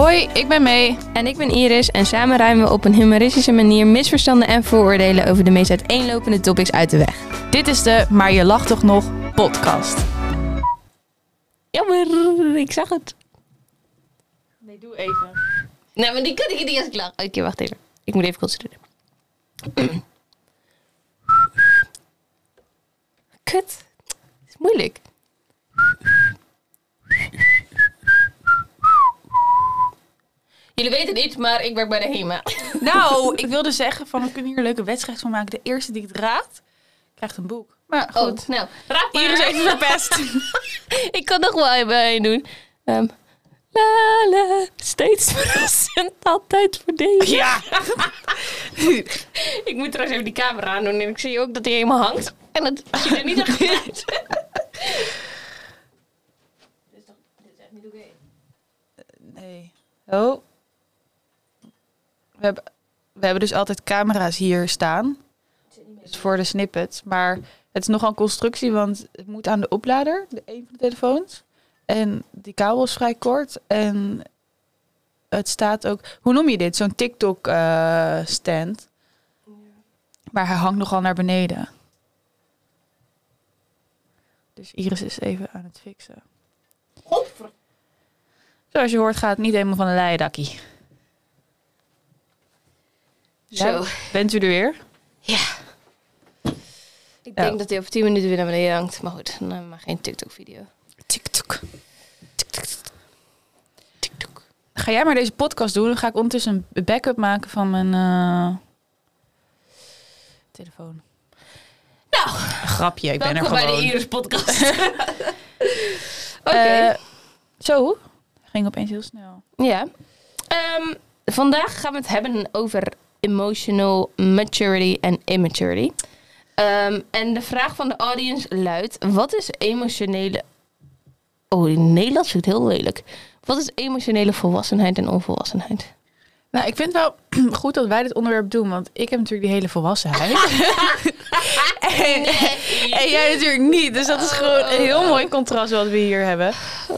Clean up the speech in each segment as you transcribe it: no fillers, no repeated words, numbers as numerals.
Hoi, ik ben May. En ik ben Iris en samen ruimen we op een humoristische manier misverstanden en vooroordelen over de meest uiteenlopende topics uit de weg. Dit is de Maar je lacht toch nog podcast. Jammer, ik zag het. Nee, doe even. Nee, maar die kan ik niet als ik lach. Oké, wacht even. Ik moet even concentreren. Kut. Het is moeilijk. Jullie weten het niet, maar ik werk bij de HEMA. Nou, ik wilde zeggen van we kunnen hier een leuke wedstrijd van maken. De eerste die het raadt, krijgt een boek. Maar goed. Oh, nou, raad maar. Iris even verpest. Ik kan nog wel even een doen. La la, steeds verrassend, altijd voordelig. Ja. Ik moet trouwens even die camera aandoen en ik zie ook dat hij helemaal hangt. En dat ziet er niet echt goed uit. Dit is echt niet oké. Nee. Oh. We hebben dus altijd camera's hier staan. Dus voor de snippets. Maar het is nogal een constructie, want het moet aan de oplader, een van de telefoons. En die kabel is vrij kort. En het staat ook... Hoe noem je dit? Zo'n TikTok stand. Maar hij hangt nogal naar beneden. Dus Iris is even aan het fixen. Zoals je hoort gaat het niet helemaal van een leien dakkie. Zo. Ja, bent u er weer? Ja. Ik denk dat hij over 10 minuten weer naar beneden hangt. Maar goed, dan maar geen TikTok-video. TikTok. TikTok. Ga jij maar deze podcast doen. Dan ga ik ondertussen een backup maken van mijn telefoon. Nou, Een grapje, ik ben er welkom gewoon. bij de Iris podcast. Oké. Zo, ging opeens heel snel. Ja. Vandaag gaan we het hebben over emotional maturity en immaturity. En de vraag van de audience luidt: wat is emotionele... Oh, in Nederlands is het heel lelijk. Wat is emotionele volwassenheid en onvolwassenheid? Nou, ik vind het wel goed dat wij dit onderwerp doen, want ik heb natuurlijk die hele volwassenheid. en jij natuurlijk niet. Dus dat is gewoon een heel mooi contrast wat we hier hebben.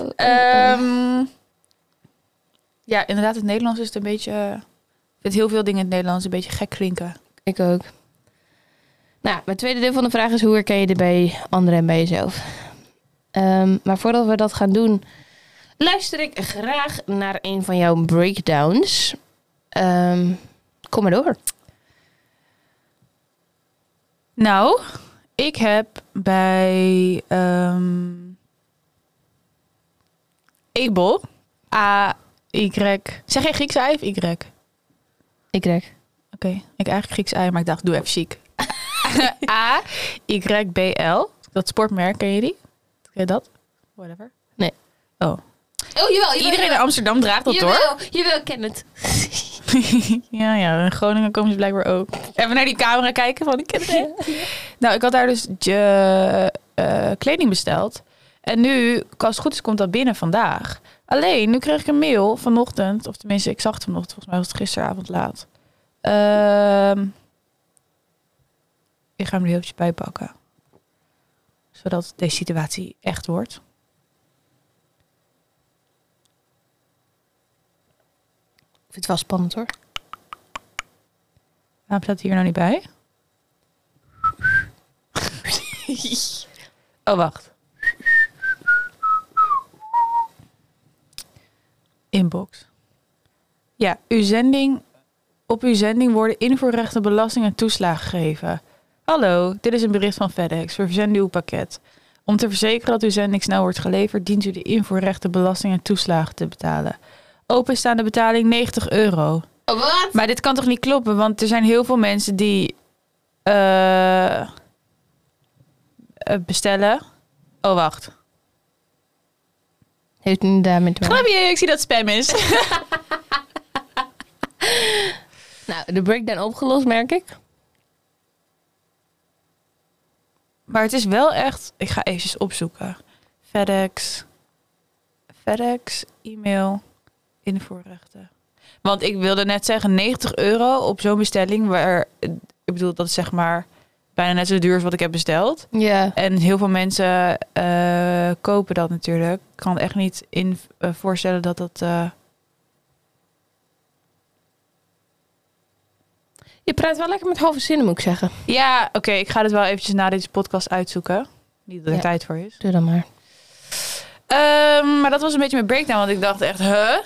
Ja, inderdaad, het Nederlands is het een beetje... Ik vind heel veel dingen in het Nederlands een beetje gek klinken. Ik ook. Nou, mijn tweede deel van de vraag is: hoe herken je dit bij anderen en bij jezelf? Maar voordat we dat gaan doen, luister ik graag naar een van jouw breakdowns. Kom maar door. Nou, ik heb bij Abel, A-Y... Zeg je Grieks ei of Y? Y. Oké, ik eigenlijk Grieks ei, maar ik dacht, doe even chic. A-Y-B-L. Dat sportmerk, ken je die? Ken je dat? Whatever. Nee. Oh. Oh, jawel. Iedereen in Amsterdam draagt dat, hoor. Jawel, ken het. ja, in Groningen komen ze blijkbaar ook. Even naar die camera kijken van, ik ken het. Nou, ik had daar dus kleding besteld. En nu, als het goed is, komt dat binnen vandaag. Alleen, nu kreeg ik een mail vanochtend. Of tenminste, ik zag het vanochtend. Volgens mij was het gisteravond laat. Ik ga hem er heel eventjes bij pakken. Zodat deze situatie echt wordt. Ik vind het wel spannend, hoor. Waarom staat hij hier nou niet bij? Oh, wacht. Inbox. Ja, op uw zending worden invoerrechten, belasting en toeslagen gegeven. Hallo, dit is een bericht van FedEx. We verzenden uw pakket. Om te verzekeren dat uw zending snel wordt geleverd, dient u de invoerrechten, belasting en toeslagen te betalen. Openstaande betaling €90. Oh, wat? Maar dit kan toch niet kloppen? Want er zijn heel veel mensen die bestellen. Oh, wacht. Heeft niet daarmee te maken. Grapje, ik zie dat het spam is. Nou, de breakdown opgelost, merk ik. Maar het is wel echt... Ik ga even opzoeken. FedEx, e-mail, invoerrechten. Want ik wilde net zeggen €90 op zo'n bestelling. Waar, ik bedoel, dat is zeg maar bijna net zo duur als wat ik heb besteld. Ja. En heel veel mensen kopen dat natuurlijk. Ik kan het echt niet voorstellen dat dat Je praat wel lekker met halve zinnen, moet ik zeggen. Ja, oké, ik ga het wel eventjes na deze podcast uitzoeken. Niet dat er tijd voor is. Doe dan maar. Maar dat was een beetje mijn breakdown, want ik dacht echt,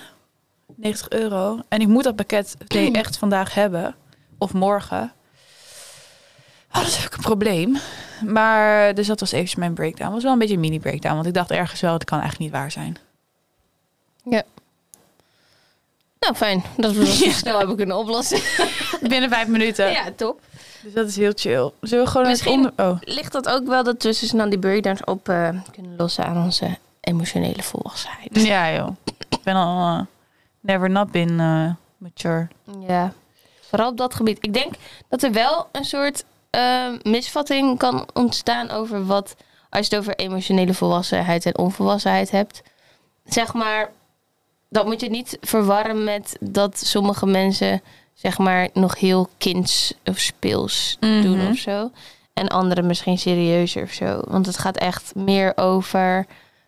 €90. En ik moet dat pakket echt vandaag hebben. Of morgen. Oh, dat is ook een probleem. Maar, dus dat was eventjes mijn breakdown. Het was wel een beetje een mini breakdown, want ik dacht ergens wel, dat kan eigenlijk niet waar zijn. Ja. Nou, fijn. Dat was zo snel hebben kunnen oplossen. Binnen 5 minuten. Ja, top. Dus dat is heel chill. Zullen we gewoon Misschien ligt dat ook wel dat we zo snel die breakdowns op kunnen lossen aan onze emotionele volwassenheid. Ja, joh. Ik ben al never not been mature. Ja, vooral op dat gebied. Ik denk dat er wel een soort misvatting kan ontstaan over wat, als je het over emotionele volwassenheid en onvolwassenheid hebt. Zeg maar, dat moet je niet verwarren met dat sommige mensen, zeg maar, nog heel kinds of speels doen of zo. En anderen misschien serieuzer of zo. Want het gaat echt meer over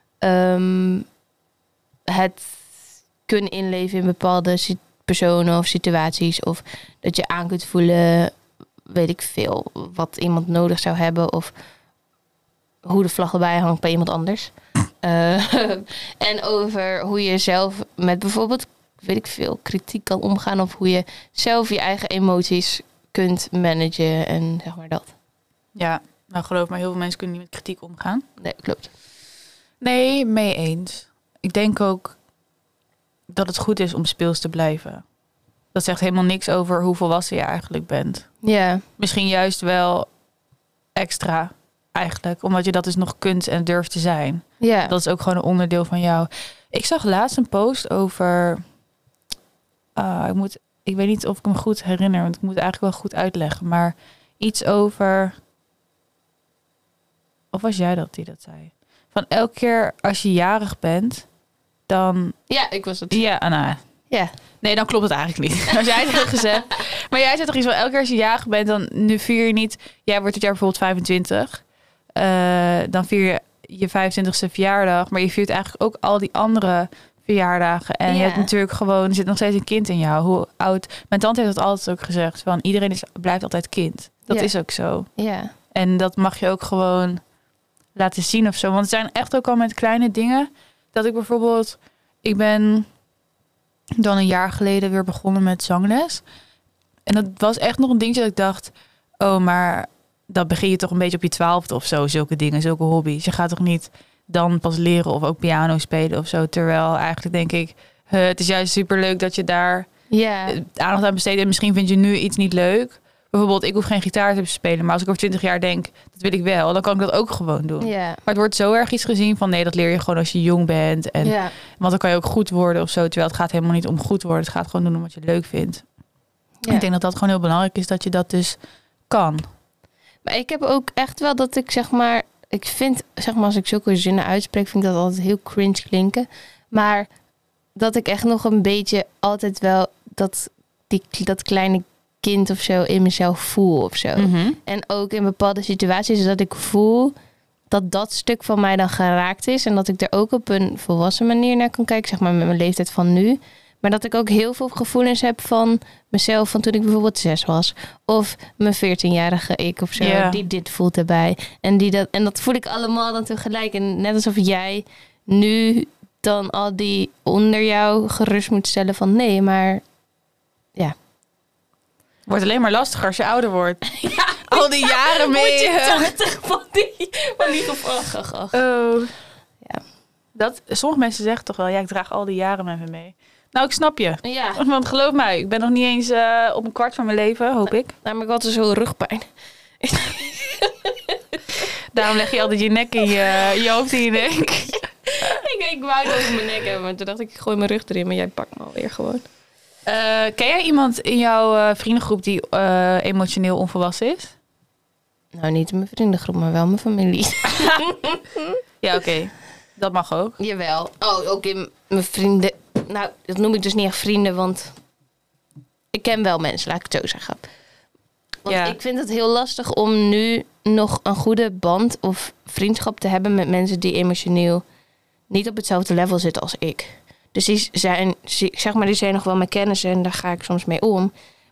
het kunnen inleven in bepaalde personen of situaties. Of dat je aan kunt voelen, weet ik veel, wat iemand nodig zou hebben. Of hoe de vlag erbij hangt bij iemand anders. En over hoe je zelf met bijvoorbeeld, weet ik veel, kritiek kan omgaan. Of hoe je zelf je eigen emoties kunt managen en zeg maar dat. Ja, nou geloof me, heel veel mensen kunnen niet met kritiek omgaan. Nee, klopt. Nee, mee eens. Ik denk ook dat het goed is om speels te blijven. Dat zegt helemaal niks over hoe volwassen je eigenlijk bent. Ja. Misschien juist wel extra eigenlijk. Omdat je dat dus nog kunt en durft te zijn. Ja. Dat is ook gewoon een onderdeel van jou. Ik zag laatst een post over... ik weet niet of ik hem goed herinner. Want ik moet het eigenlijk wel goed uitleggen. Maar iets over... Of was jij dat die dat zei? Van elke keer als je jarig bent, dan... Ja, ik was het. Ja, nou... Ja. Nee, dan klopt het eigenlijk niet. Als jij het hebt gezegd. Maar jij zei toch iets van, elke keer als je jarig bent, dan nu vier je niet... Jij wordt dit jaar bijvoorbeeld 25. Dan vier je 25e verjaardag. Maar je viert eigenlijk ook al die andere verjaardagen. En je hebt natuurlijk gewoon... Er zit nog steeds een kind in jou. Hoe oud... Mijn tante heeft dat altijd ook gezegd. Van iedereen blijft altijd kind. Dat is ook zo. Ja. En dat mag je ook gewoon laten zien of zo. Want het zijn echt ook al met kleine dingen. Dat ik bijvoorbeeld... Ik ben dan een jaar geleden weer begonnen met zangles. En dat was echt nog een dingetje dat ik dacht... Oh, maar dat begin je toch een beetje op je 12e of zo. Zulke dingen, zulke hobby's. Je gaat toch niet dan pas leren of ook piano spelen of zo. Terwijl eigenlijk denk ik... het is juist superleuk dat je daar aandacht aan besteedt. En misschien vind je nu iets niet leuk. Bijvoorbeeld, ik hoef geen gitaar te spelen. Maar als ik over 20 jaar denk, dat wil ik wel. Dan kan ik dat ook gewoon doen. Ja. Maar het wordt zo erg iets gezien van... Nee, dat leer je gewoon als je jong bent. En, want dan kan je ook goed worden of zo. Terwijl het gaat helemaal niet om goed worden. Het gaat gewoon doen om wat je leuk vindt. Ja. Ik denk dat dat gewoon heel belangrijk is. Dat je dat dus kan. Maar ik heb ook echt wel dat ik zeg maar... Ik vind, zeg maar, als ik zulke zinnen uitspreek... vind ik dat altijd heel cringe klinken. Maar dat ik echt nog een beetje altijd wel... dat kleine kind of zo in mezelf voel of zo. En ook in bepaalde situaties dat ik voel dat stuk van mij dan geraakt is. En dat ik er ook op een volwassen manier naar kan kijken. Zeg maar met mijn leeftijd van nu. Maar dat ik ook heel veel gevoelens heb van mezelf van toen ik bijvoorbeeld 6 was. Of mijn 14-jarige ik of zo. Die dit voelt erbij. En dat voel ik allemaal dan tegelijk. En net alsof jij nu dan al die onder jou gerust moet stellen van nee, maar ja. Wordt alleen maar lastiger als je ouder wordt. Ja, al die jaren mee. Moet je 80 van die gevolgen. Oh. Ja. Sommige mensen zeggen toch wel, ja, ik draag al die jaren met me mee. Nou, ik snap je. Ja. Want geloof mij, ik ben nog niet eens op een kwart van mijn leven, hoop ik. Nou, maar ik had dus zo rugpijn. Daarom leg je altijd je nek in je hoofd in je nek. ik wou het over mijn nek hebben, maar toen dacht ik gooi mijn rug erin, maar jij pakt me alweer gewoon. Ken jij iemand in jouw vriendengroep die emotioneel onvolwassen is? Nou, niet in mijn vriendengroep, maar wel mijn familie. Ja, oké. Dat mag ook. Jawel. Oh, ook in mijn vrienden. Nou, dat noem ik dus niet echt vrienden, want ik ken wel mensen, laat ik het zo zeggen. Want ik vind het heel lastig om nu nog een goede band of vriendschap te hebben met mensen die emotioneel niet op hetzelfde level zitten als ik. Dus die zijn nog wel mijn kennissen en daar ga ik soms mee om.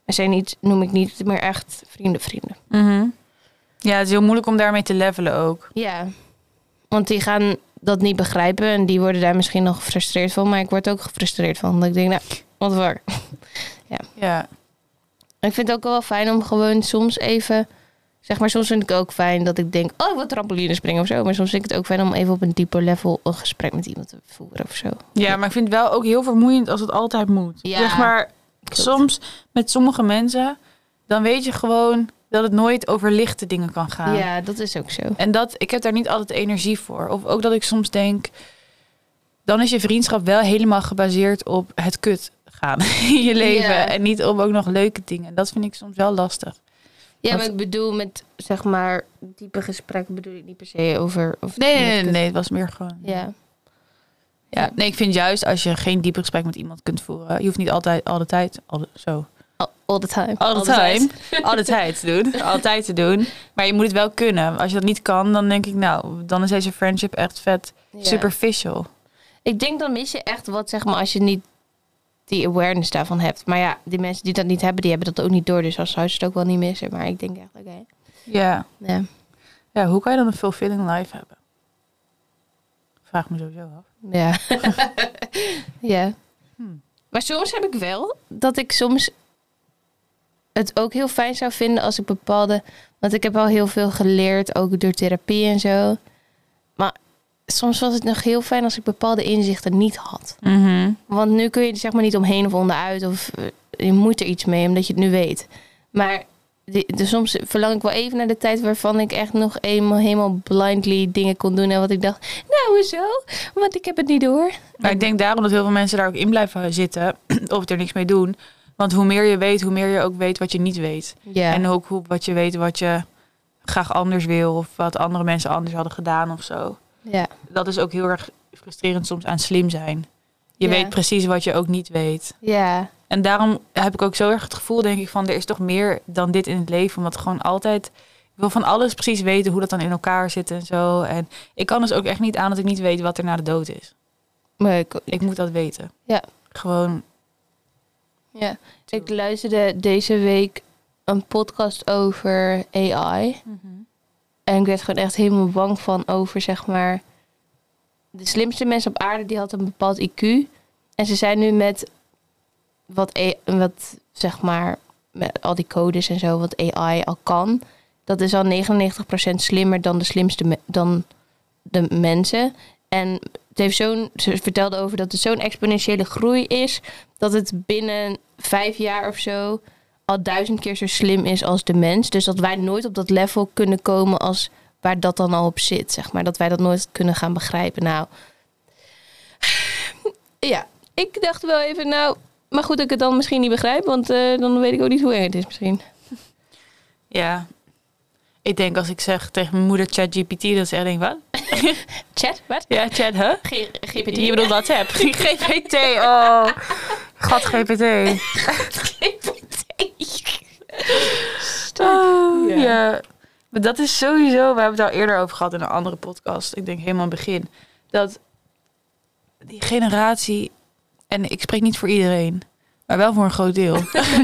zijn niet, noem ik niet meer echt vrienden. Mhm. Ja, het is heel moeilijk om daarmee te levelen ook. Ja, want die gaan dat niet begrijpen en die worden daar misschien nog gefrustreerd van. Maar ik word ook gefrustreerd van. Dat ik denk, nou, wat fuck. Ja. Ik vind het ook wel fijn om gewoon soms even... Zeg maar, soms vind ik ook fijn dat ik denk... Oh, ik wil trampoline springen of zo. Maar soms vind ik het ook fijn om even op een dieper level... een gesprek met iemand te voeren of zo. Ja, maar ik vind het wel ook heel vermoeiend als het altijd moet. Ja, zeg maar, klopt. soms met sommige mensen... dan weet je gewoon dat het nooit over lichte dingen kan gaan. Ja, dat is ook zo. En ik heb daar niet altijd energie voor. Of ook dat ik soms denk... dan is je vriendschap wel helemaal gebaseerd op het kut gaan in je leven. Ja. En niet op ook nog leuke dingen. En dat vind ik soms wel lastig. Ja, Want- maar ik bedoel met, zeg maar... diepe gesprekken bedoel ik niet per se over... Of Nee, het was meer gewoon... Ja. Ja, nee, ik vind juist als je geen diep gesprek met iemand kunt voeren... je hoeft niet altijd, all the tijd, zo... All the time. All the time. Altijd te doen. Altijd te doen. Maar je moet het wel kunnen. Als je dat niet kan, dan denk ik, nou, dan is deze friendship echt vet Ja. superficial. Ik denk dan mis je echt wat, zeg maar, als je niet die awareness daarvan hebt. Maar ja, die mensen die dat niet hebben, die hebben dat ook niet door. Dus als zou ze het ook wel niet missen. Maar ik denk echt, oké. Ja. Ja. Ja, hoe kan je dan een fulfilling life hebben? Vraag me sowieso af. Ja. Ja. Hmm. Maar soms heb ik wel dat ik soms het ook heel fijn zou vinden als ik bepaalde... Want ik heb al heel veel geleerd, ook door therapie en zo. Maar soms was het nog heel fijn als ik bepaalde inzichten niet had. Want nu kun je er zeg maar niet omheen of onderuit. Of je moet er iets mee, omdat je het nu weet. Maar dus soms verlang ik wel even naar de tijd waarvan ik echt nog eenmaal helemaal blindly dingen kon doen. En wat ik dacht, nou hoezo? Want ik heb het niet door. Maar ik denk daarom dat heel veel mensen daar ook in blijven zitten. Of er niks mee doen. Want hoe meer je weet, hoe meer je ook weet wat je niet weet. Ja. En ook wat je weet wat je graag anders wil. Of wat andere mensen anders hadden gedaan of zo. Ja. Dat is ook heel erg frustrerend soms aan slim zijn. Je Ja. weet precies wat je ook niet weet. Ja. En daarom heb ik ook zo erg het gevoel, denk ik, van er is toch meer dan dit in het leven. Omdat gewoon altijd, ik wil van alles precies weten hoe dat dan in elkaar zit en zo. En ik kan dus ook echt niet aan dat ik niet weet wat er na de dood is. Maar Ik moet dat weten. Ja. Gewoon, Ja. Ik luisterde deze week een podcast over AI. En ik werd gewoon echt helemaal bang van over, zeg maar... De slimste mensen op aarde, die had een bepaald IQ. En ze zijn nu met wat zeg maar, met al die codes en zo, wat AI al kan. Dat is al 99% slimmer dan de slimste dan de mensen. En het heeft ze vertelde over dat het zo'n exponentiële groei is, dat het binnen 5 jaar of zo al 1000 keer zo slim is als de mens. Dus dat wij nooit op dat level kunnen komen als waar dat dan al op zit, zeg maar. Dat wij dat nooit kunnen gaan begrijpen. Nou, ja, ik dacht wel even, nou, maar goed dat ik het dan misschien niet begrijp, want dan weet ik ook niet hoe eng het is misschien. ja. Ik denk als ik zeg tegen mijn moeder ChatGPT, dat ze echt denkt, wat? Chat, wat? Ja, chat, huh? GPT. Je bedoelt WhatsApp. GPT, oh. Gat GPT. Oh, Ja. ja. Maar dat is sowieso, we hebben het al eerder over gehad in een andere podcast. Ik denk helemaal aan het begin. Dat die generatie, en ik spreek niet voor iedereen, maar wel voor een groot deel.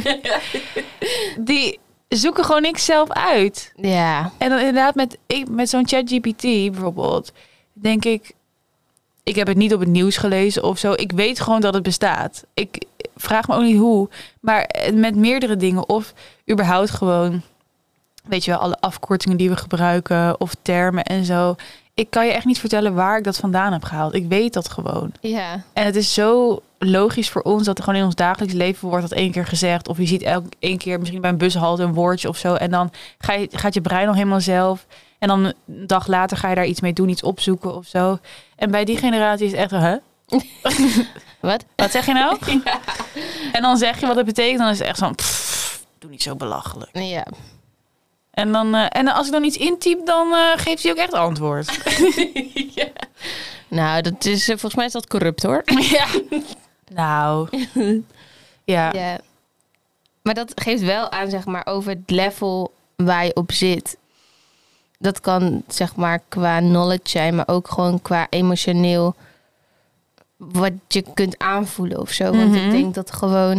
Die zoeken gewoon niks zelf uit. Ja. En dan inderdaad met zo'n ChatGPT bijvoorbeeld, denk ik heb het niet op het nieuws gelezen of zo. Ik weet gewoon dat het bestaat. Ik vraag me ook niet hoe. Maar met meerdere dingen of überhaupt gewoon, weet je wel, alle afkortingen die we gebruiken of termen en zo. Ik kan je echt niet vertellen waar ik dat vandaan heb gehaald. Ik weet dat gewoon. Ja. En het is zo logisch voor ons dat er gewoon in ons dagelijks leven wordt dat 1 keer gezegd. Of je ziet één keer misschien bij een bushalte een woordje of zo. En dan gaat je brein al helemaal zelf. En dan een dag later ga je daar iets mee doen, iets opzoeken of zo. En bij die generatie is het echt, huh? Wat? Wat zeg je nou? Ja. En dan zeg je wat het betekent, dan is het echt zo, doe niet zo belachelijk. Ja. En dan als ik dan iets intyp, dan geeft hij ook echt antwoord. Ja. Nou, dat is, volgens mij is dat corrupt hoor. Ja. Nou. Ja. Ja. Maar dat geeft wel aan, zeg maar, over het level waar je op zit. Dat kan, zeg maar, qua knowledge zijn, maar ook gewoon qua emotioneel wat je kunt aanvoelen of zo. Want ik denk dat gewoon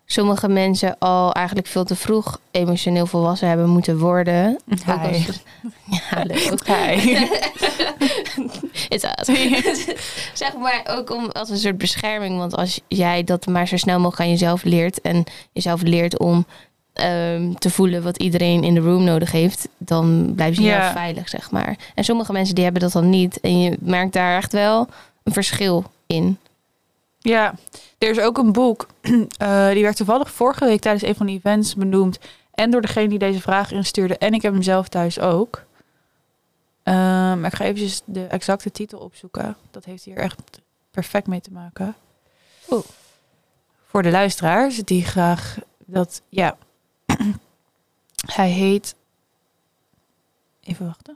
sommige mensen al eigenlijk veel te vroeg emotioneel volwassen hebben moeten worden. Hi. Ook als, ja, hallo. Hi. It's us. Zeg maar ook als een soort bescherming. Want als jij dat maar zo snel mogelijk aan jezelf leert en jezelf leert om te voelen wat iedereen in de room nodig heeft, dan blijf je heel veilig, zeg maar. En sommige mensen die hebben dat dan niet. En je merkt daar echt wel een verschil in. Ja, er is ook een boek. Die werd toevallig vorige week tijdens een van de events benoemd. En door degene die deze vraag instuurde. En ik heb hem zelf thuis ook. Maar ik ga eventjes de exacte titel opzoeken. Dat heeft hier echt perfect mee te maken. Voor de luisteraars die graag dat... Ja. Hij heet... Even wachten.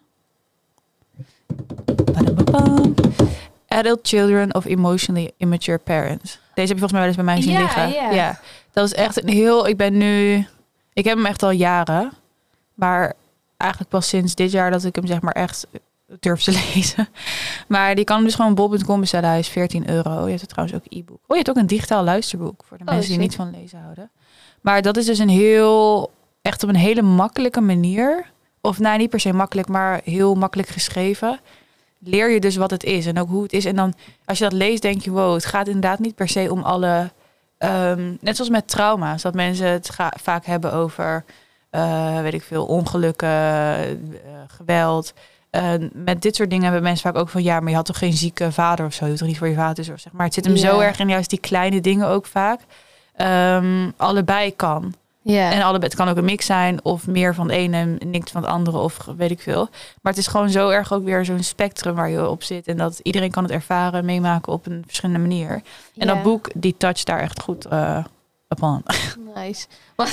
Badababam. Adult Children of Emotionally Immature Parents. Deze heb je volgens mij wel eens bij mij zien liggen. Ja, dat is echt een heel... Ik heb hem echt al jaren. Maar eigenlijk pas sinds dit jaar dat ik hem zeg maar echt durf te lezen. Maar die kan hem dus gewoon bol.com bestellen. Hij is €14. Je hebt er trouwens ook e-book. Je hebt ook een digitaal luisterboek. Voor de mensen die niet van lezen houden. Maar dat is dus echt op een hele makkelijke manier. Of nou, niet per se makkelijk, maar heel makkelijk geschreven. Leer je dus wat het is en ook hoe het is. En dan, als je dat leest, denk je, wow, het gaat inderdaad niet per se om alle... net zoals met trauma's, dat mensen het vaak hebben over, weet ik veel, ongelukken, geweld. Met dit soort dingen hebben mensen vaak ook van, ja, maar je had toch geen zieke vader of zo. Je hoeft toch niet voor je vader te zorgen, zeg maar. Het zit hem zo erg in juist die kleine dingen ook vaak. Allebei kan. Ja. En allebei, het kan ook een mix zijn of meer van de ene en niks van het andere of weet ik veel. Maar het is gewoon zo erg ook weer zo'n spectrum waar je op zit. En dat iedereen kan het ervaren, meemaken op een verschillende manier. En dat boek, die toucht daar echt goed op aan. Nice.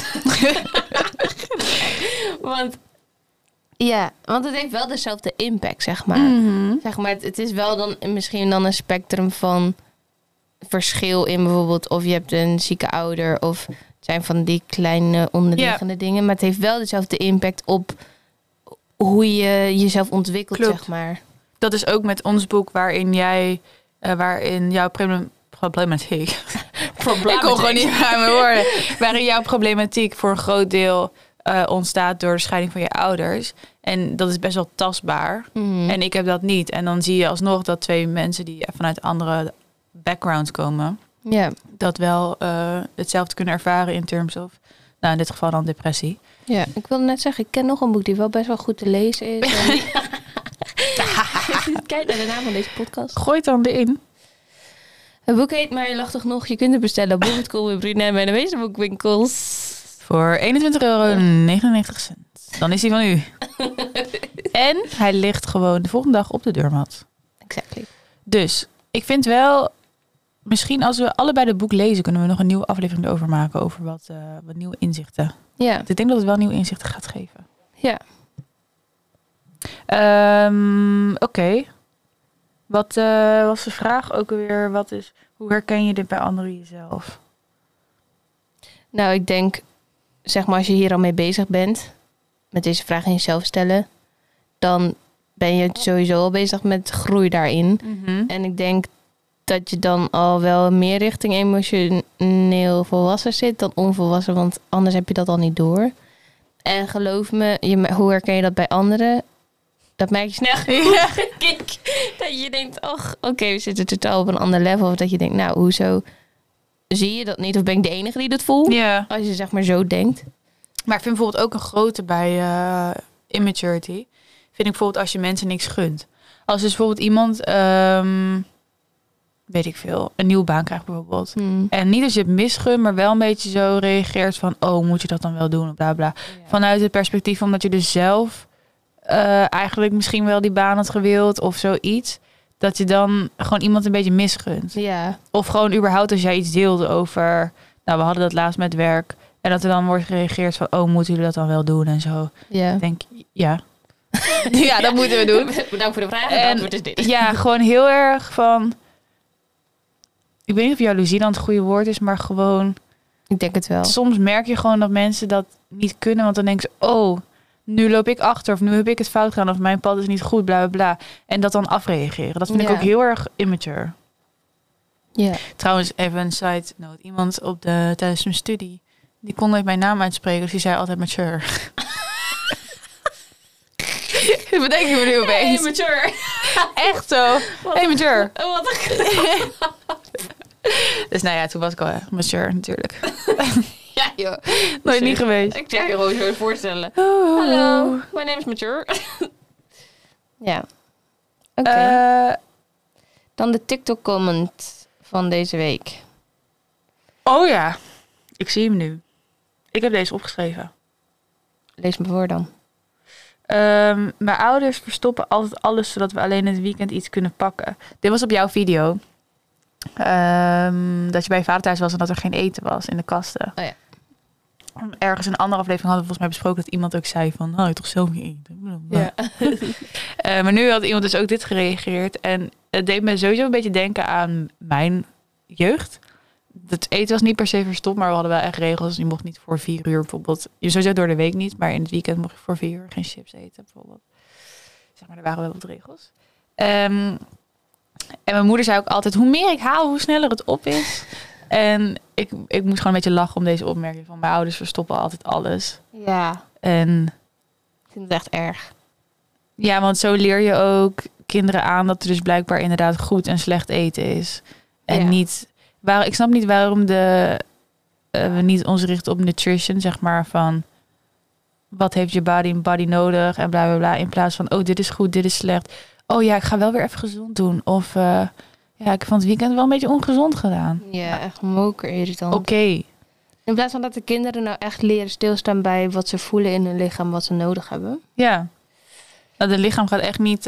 Want het heeft wel dezelfde impact, zeg maar. Mm-hmm. Zeg maar, het is wel dan misschien dan een spectrum van verschil in bijvoorbeeld of je hebt een zieke ouder of... zijn van die kleine onderliggende dingen. Maar het heeft wel dezelfde impact op hoe je jezelf ontwikkelt, zeg maar. Dat is ook met ons boek waarin jouw problematiek... Ik kon gewoon niet aan mijn woorden. Waarin jouw problematiek voor een groot deel ontstaat door de scheiding van je ouders. En dat is best wel tastbaar. Mm-hmm. En ik heb dat niet. En dan zie je alsnog dat twee mensen die vanuit andere backgrounds komen... Ja. Dat wel hetzelfde kunnen ervaren in terms of, nou in dit geval dan depressie. Ja, ik wilde net zeggen, ik ken nog een boek die wel best wel goed te lezen is. Kijk naar de naam van deze podcast. Gooi het dan erin. Het boek heet Maar je lacht toch nog. Je kunt het bestellen op bol.com, Brunel en de meeste boekwinkels. Voor €21,99. Dan is hij van u. En hij ligt gewoon de volgende dag op de deurmat. Exactly. Dus, ik vind wel... Misschien als we allebei het boek lezen, kunnen we nog een nieuwe aflevering erover maken. Over wat nieuwe inzichten. Ja. Ik denk dat het wel nieuwe inzichten gaat geven. Ja. Oké. Wat was de vraag ook alweer? Hoe herken je dit bij anderen jezelf? Nou, ik denk, zeg maar, als je hier al mee bezig bent, met deze vraag in jezelf stellen, dan ben je sowieso al bezig met groei daarin. Mm-hmm. En ik denk dat je dan al wel meer richting emotioneel volwassen zit dan onvolwassen, want anders heb je dat al niet door. En geloof me, hoe herken je dat bij anderen? Dat merk je snel. Ja. Dat je denkt, oké, we zitten totaal op een ander level. Of dat je denkt, nou, hoezo zie je dat niet? Of ben ik de enige die dat voelt? Ja. Als je zeg maar zo denkt. Maar ik vind bijvoorbeeld ook een grote bij immaturity. Vind ik bijvoorbeeld als je mensen niks gunt. Als dus bijvoorbeeld iemand... weet ik veel, een nieuwe baan krijgt bijvoorbeeld. En niet als je het misgunt, maar wel een beetje zo reageert van, moet je dat dan wel doen? Bla bla. Ja. Vanuit het perspectief omdat je dus zelf eigenlijk misschien wel die baan had gewild of zoiets. Dat je dan gewoon iemand een beetje misgunt. Ja. Of gewoon überhaupt als jij iets deelde over, nou we hadden dat laatst met werk. En dat er dan wordt gereageerd van, moeten jullie dat dan wel doen en zo. Ja. Ik denk, ja. Ja, dat moeten we doen. Bedankt voor de vraag. En antwoord is dit. Ja, gewoon heel erg van... Ik weet niet of jaloezie dan het goede woord is, maar gewoon... Ik denk het wel. Soms merk je gewoon dat mensen dat niet kunnen, want dan denken ze, nu loop ik achter, of nu heb ik het fout gedaan, of mijn pad is niet goed, bla bla bla. En dat dan afreageren. Dat vind ik ook heel erg immature. Ja. Trouwens, even een side note. Iemand tijdens mijn studie, die kon nooit mijn naam uitspreken. Dus die zei altijd mature. Dat bedenk je me nu opeens. Hey, mature. Echt zo. Hey, mature. Wat een Dus nou ja, toen was ik al mature natuurlijk. Ja, joh. Nooit niet geweest. Ik zeg je gewoon zo voorstellen. Oh. Hallo, my name is Mature. Ja. Oké. Dan de TikTok-comment van deze week. Oh ja, ik zie hem nu. Ik heb deze opgeschreven. Lees me voor dan. Mijn ouders verstoppen altijd alles zodat we alleen in het weekend iets kunnen pakken. Dit was op jouw video. Dat je bij je vader thuis was en dat er geen eten was in de kasten. Oh ja. Ergens in een andere aflevering hadden we volgens mij besproken dat iemand ook zei van, nou, je toch zelf niet eten. Ja. Maar nu had iemand dus ook dit gereageerd. En het deed me sowieso een beetje denken aan mijn jeugd. Het eten was niet per se verstopt, maar we hadden wel echt regels. Je mocht niet voor 4 uur bijvoorbeeld. Je sowieso door de week niet, maar in het weekend mocht je voor 4 uur geen chips eten bijvoorbeeld. Zeg maar, er waren wel wat regels. En mijn moeder zei ook altijd, hoe meer ik haal, hoe sneller het op is. En ik moest gewoon een beetje lachen om deze opmerking van mijn ouders verstoppen altijd alles. Ja. En Ik vind het echt erg. ja, want zo leer je ook kinderen aan dat er dus blijkbaar inderdaad goed en slecht eten is. En Ja. niet, ik snap niet waarom we niet ons richten op nutrition, zeg maar, van wat heeft je body nodig en bla bla bla. In plaats van, oh, dit is goed, dit is slecht. Oh ja, ik ga wel weer even gezond doen. Of ja, ik vond het weekend wel een beetje ongezond gedaan. Ja, echt moker irritant. Oké. In plaats van dat de kinderen nou echt leren stilstaan bij wat ze voelen in hun lichaam, wat ze nodig hebben. Ja. Nou, het lichaam gaat echt niet...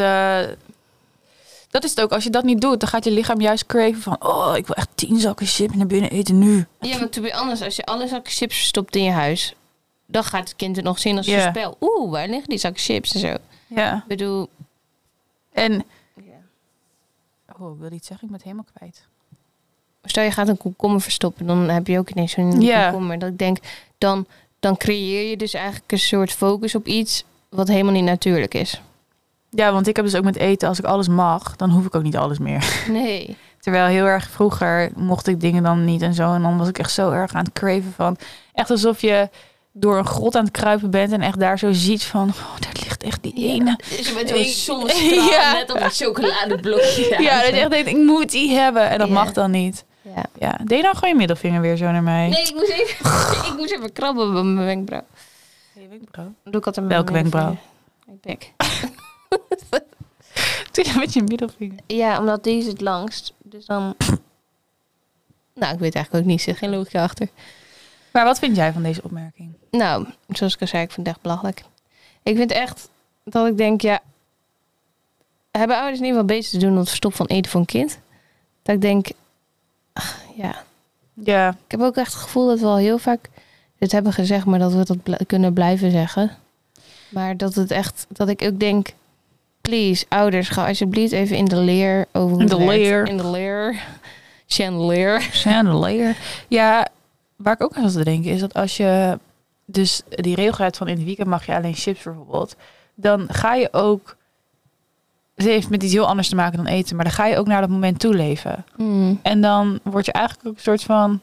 Dat is het ook. Als je dat niet doet, dan gaat je lichaam juist craven van, oh, ik wil echt 10 zakken chips naar binnen eten nu. Ja, maar to be honest, als je alle zakken chips verstopt in je huis, dan gaat het kind het nog zien als een Ja. spel. Oeh, waar liggen die zakken chips en zo? Ja. Ik bedoel... En... Ja. Oh, ik wil iets zeggen. Ik ben het helemaal kwijt. Stel je gaat een komkommer verstoppen, dan heb je ook ineens zo'n Ja. komkommer. Dat ik denk, dan creëer je dus eigenlijk een soort focus op iets wat helemaal niet natuurlijk is. Ja, want ik heb dus ook met eten, als ik alles mag, dan hoef ik ook niet alles meer. Nee. Terwijl heel erg vroeger mocht ik dingen dan niet en zo. En dan was ik echt zo erg aan het craven van... Echt alsof je door een grot aan het kruipen bent en echt daar zo ziet van... Oh, daar ligt echt die ene. Dus je bent zo'n zonnestraal Ja. net op een chocoladeblokje. Ja, dat je echt denkt, ik moet die hebben. En dat Ja. mag dan niet. Ja. Ja, deed je nou gewoon je middelvinger weer zo naar mij? Nee, ik moest even krabben op mijn wenkbrauw. Je wenkbrauw? Doe ik altijd met Welke mijn wenkbrauw? middelvinger. Ik bek. Doe je met je middelvinger? Ja, omdat deze het langst. Dus dan... Nou, ik weet eigenlijk ook niet. Er zit geen logica achter. Maar wat vind jij van deze opmerking? Nou, zoals ik al zei, ik vind het echt belachelijk. Ik vind echt dat ik denk, ja... Hebben ouders niet wat beter te doen dan het verstoppen van eten voor een kind? Dat ik denk... ach, ja... Ja, Ik heb ook echt het gevoel dat we al heel vaak dit hebben gezegd, maar dat we dat kunnen blijven zeggen. Maar dat het echt, dat ik ook denk, please, ouders, ga alsjeblieft even in de leer over hoe In de het werkt. leer. In de leer. Chandelier. chandelier. Ja, waar ik ook aan zat te denken is dat als je dus die regel hebt van in het weekend mag je alleen chips bijvoorbeeld, dan ga je ook, het heeft met iets heel anders te maken dan eten, maar dan ga je ook naar dat moment toe leven. En dan word je eigenlijk ook een soort van,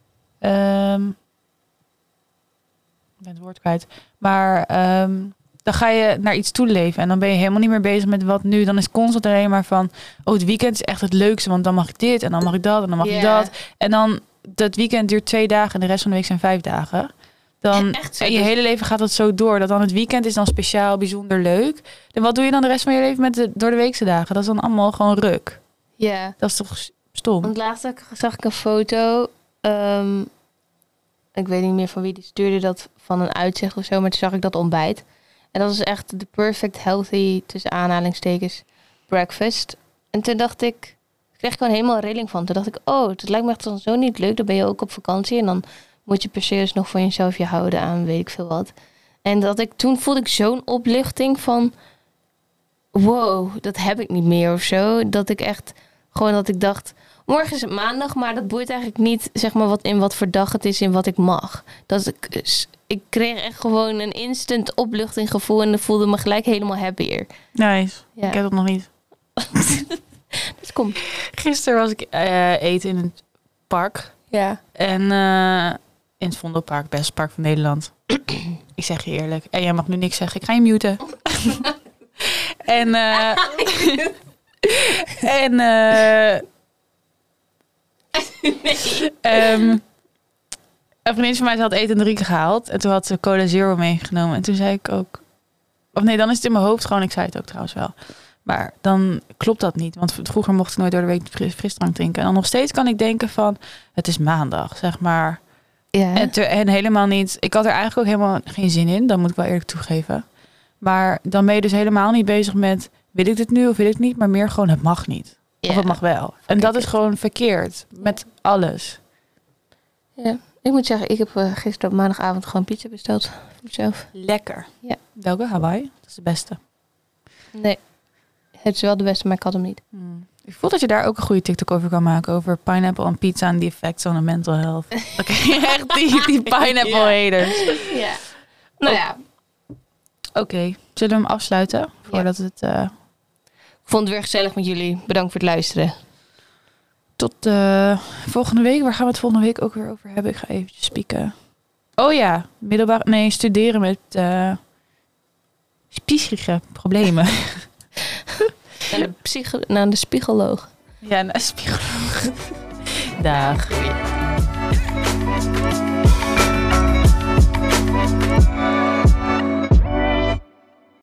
ik ben het woord kwijt, maar dan ga je naar iets toe leven en dan ben je helemaal niet meer bezig met wat nu. Dan is het constant alleen maar van, oh, het weekend is echt het leukste, want dan mag ik dit en dan mag ik dat en dan mag ik Ja. dat. En dan, dat weekend duurt 2 dagen en de rest van de week zijn 5 dagen. Dan, Echt zo, en je dus- hele leven gaat dat zo door. Dat dan het weekend is dan speciaal, bijzonder leuk. En wat doe je dan de rest van je leven met de door de weekse dagen? Dat is dan allemaal gewoon ruk. Ja. Dat is toch stom? Want laatst zag ik een foto. Ik weet niet meer van wie die stuurde dat van een uitzicht of zo. Maar toen zag ik dat ontbijt. En dat is echt de perfect healthy, tussen aanhalingstekens, breakfast. En toen dacht ik kreeg ik gewoon helemaal een rilling van. Toen dacht ik, oh, dat lijkt me echt dan zo niet leuk. Dan ben je ook op vakantie en dan moet je per se dus nog van jezelf je houden aan weet ik veel wat. En toen voelde ik zo'n opluchting van, wow, dat heb ik niet meer of zo. Dat ik echt, gewoon dat ik dacht, morgen is het maandag, maar dat boeit eigenlijk niet, zeg maar, wat voor dag het is en wat ik mag. Ik kreeg echt gewoon een instant opluchting gevoel en voelde me gelijk helemaal happier. Nice. Ja. Ik heb dat nog niet. Dat komt. Gisteren was ik eten in een park. Ja. En in het Vondelpark, beste park van Nederland. Ik zeg je eerlijk. En jij mag nu niks zeggen. Ik ga je muten. en een vriendin van mij had eten en drinken gehaald. En toen had ze Cola Zero meegenomen. En toen zei ik ook... Of nee, dan is het in mijn hoofd gewoon. Ik zei het ook trouwens wel. Maar dan klopt dat niet. Want vroeger mocht ik nooit door de week frisdrank drinken. En dan nog steeds kan ik denken van... Het is maandag, zeg maar. Ja. En helemaal niet... Ik had er eigenlijk ook helemaal geen zin in. Dat moet ik wel eerlijk toegeven. Maar dan ben je dus helemaal niet bezig met... Wil ik dit nu of wil ik het niet? Maar meer gewoon, het mag niet. Ja. Of het mag wel. En dat is gewoon verkeerd. Met alles. Ja. Ik moet zeggen, ik heb gisteren op maandagavond gewoon pizza besteld. Voor mezelf. Lekker. Ja. Welke? Hawaii? Dat is de beste. Nee. Het is wel de beste, maar ik had hem niet. Ik voel dat je daar ook een goede TikTok over kan maken. Over pineapple en pizza en the effects on the mental health. Dan krijg je echt die pineapple haters. Ja. Nou ja. Oké, zullen we hem afsluiten? Voordat het... Ik vond het weer gezellig met jullie. Bedankt voor het luisteren. Tot volgende week. Waar gaan we het volgende week ook weer over hebben? Ik ga eventjes spieken. Oh ja, studeren met psychische problemen. Naar de spiegoloog. Ja, naar een psycholoog. Dag.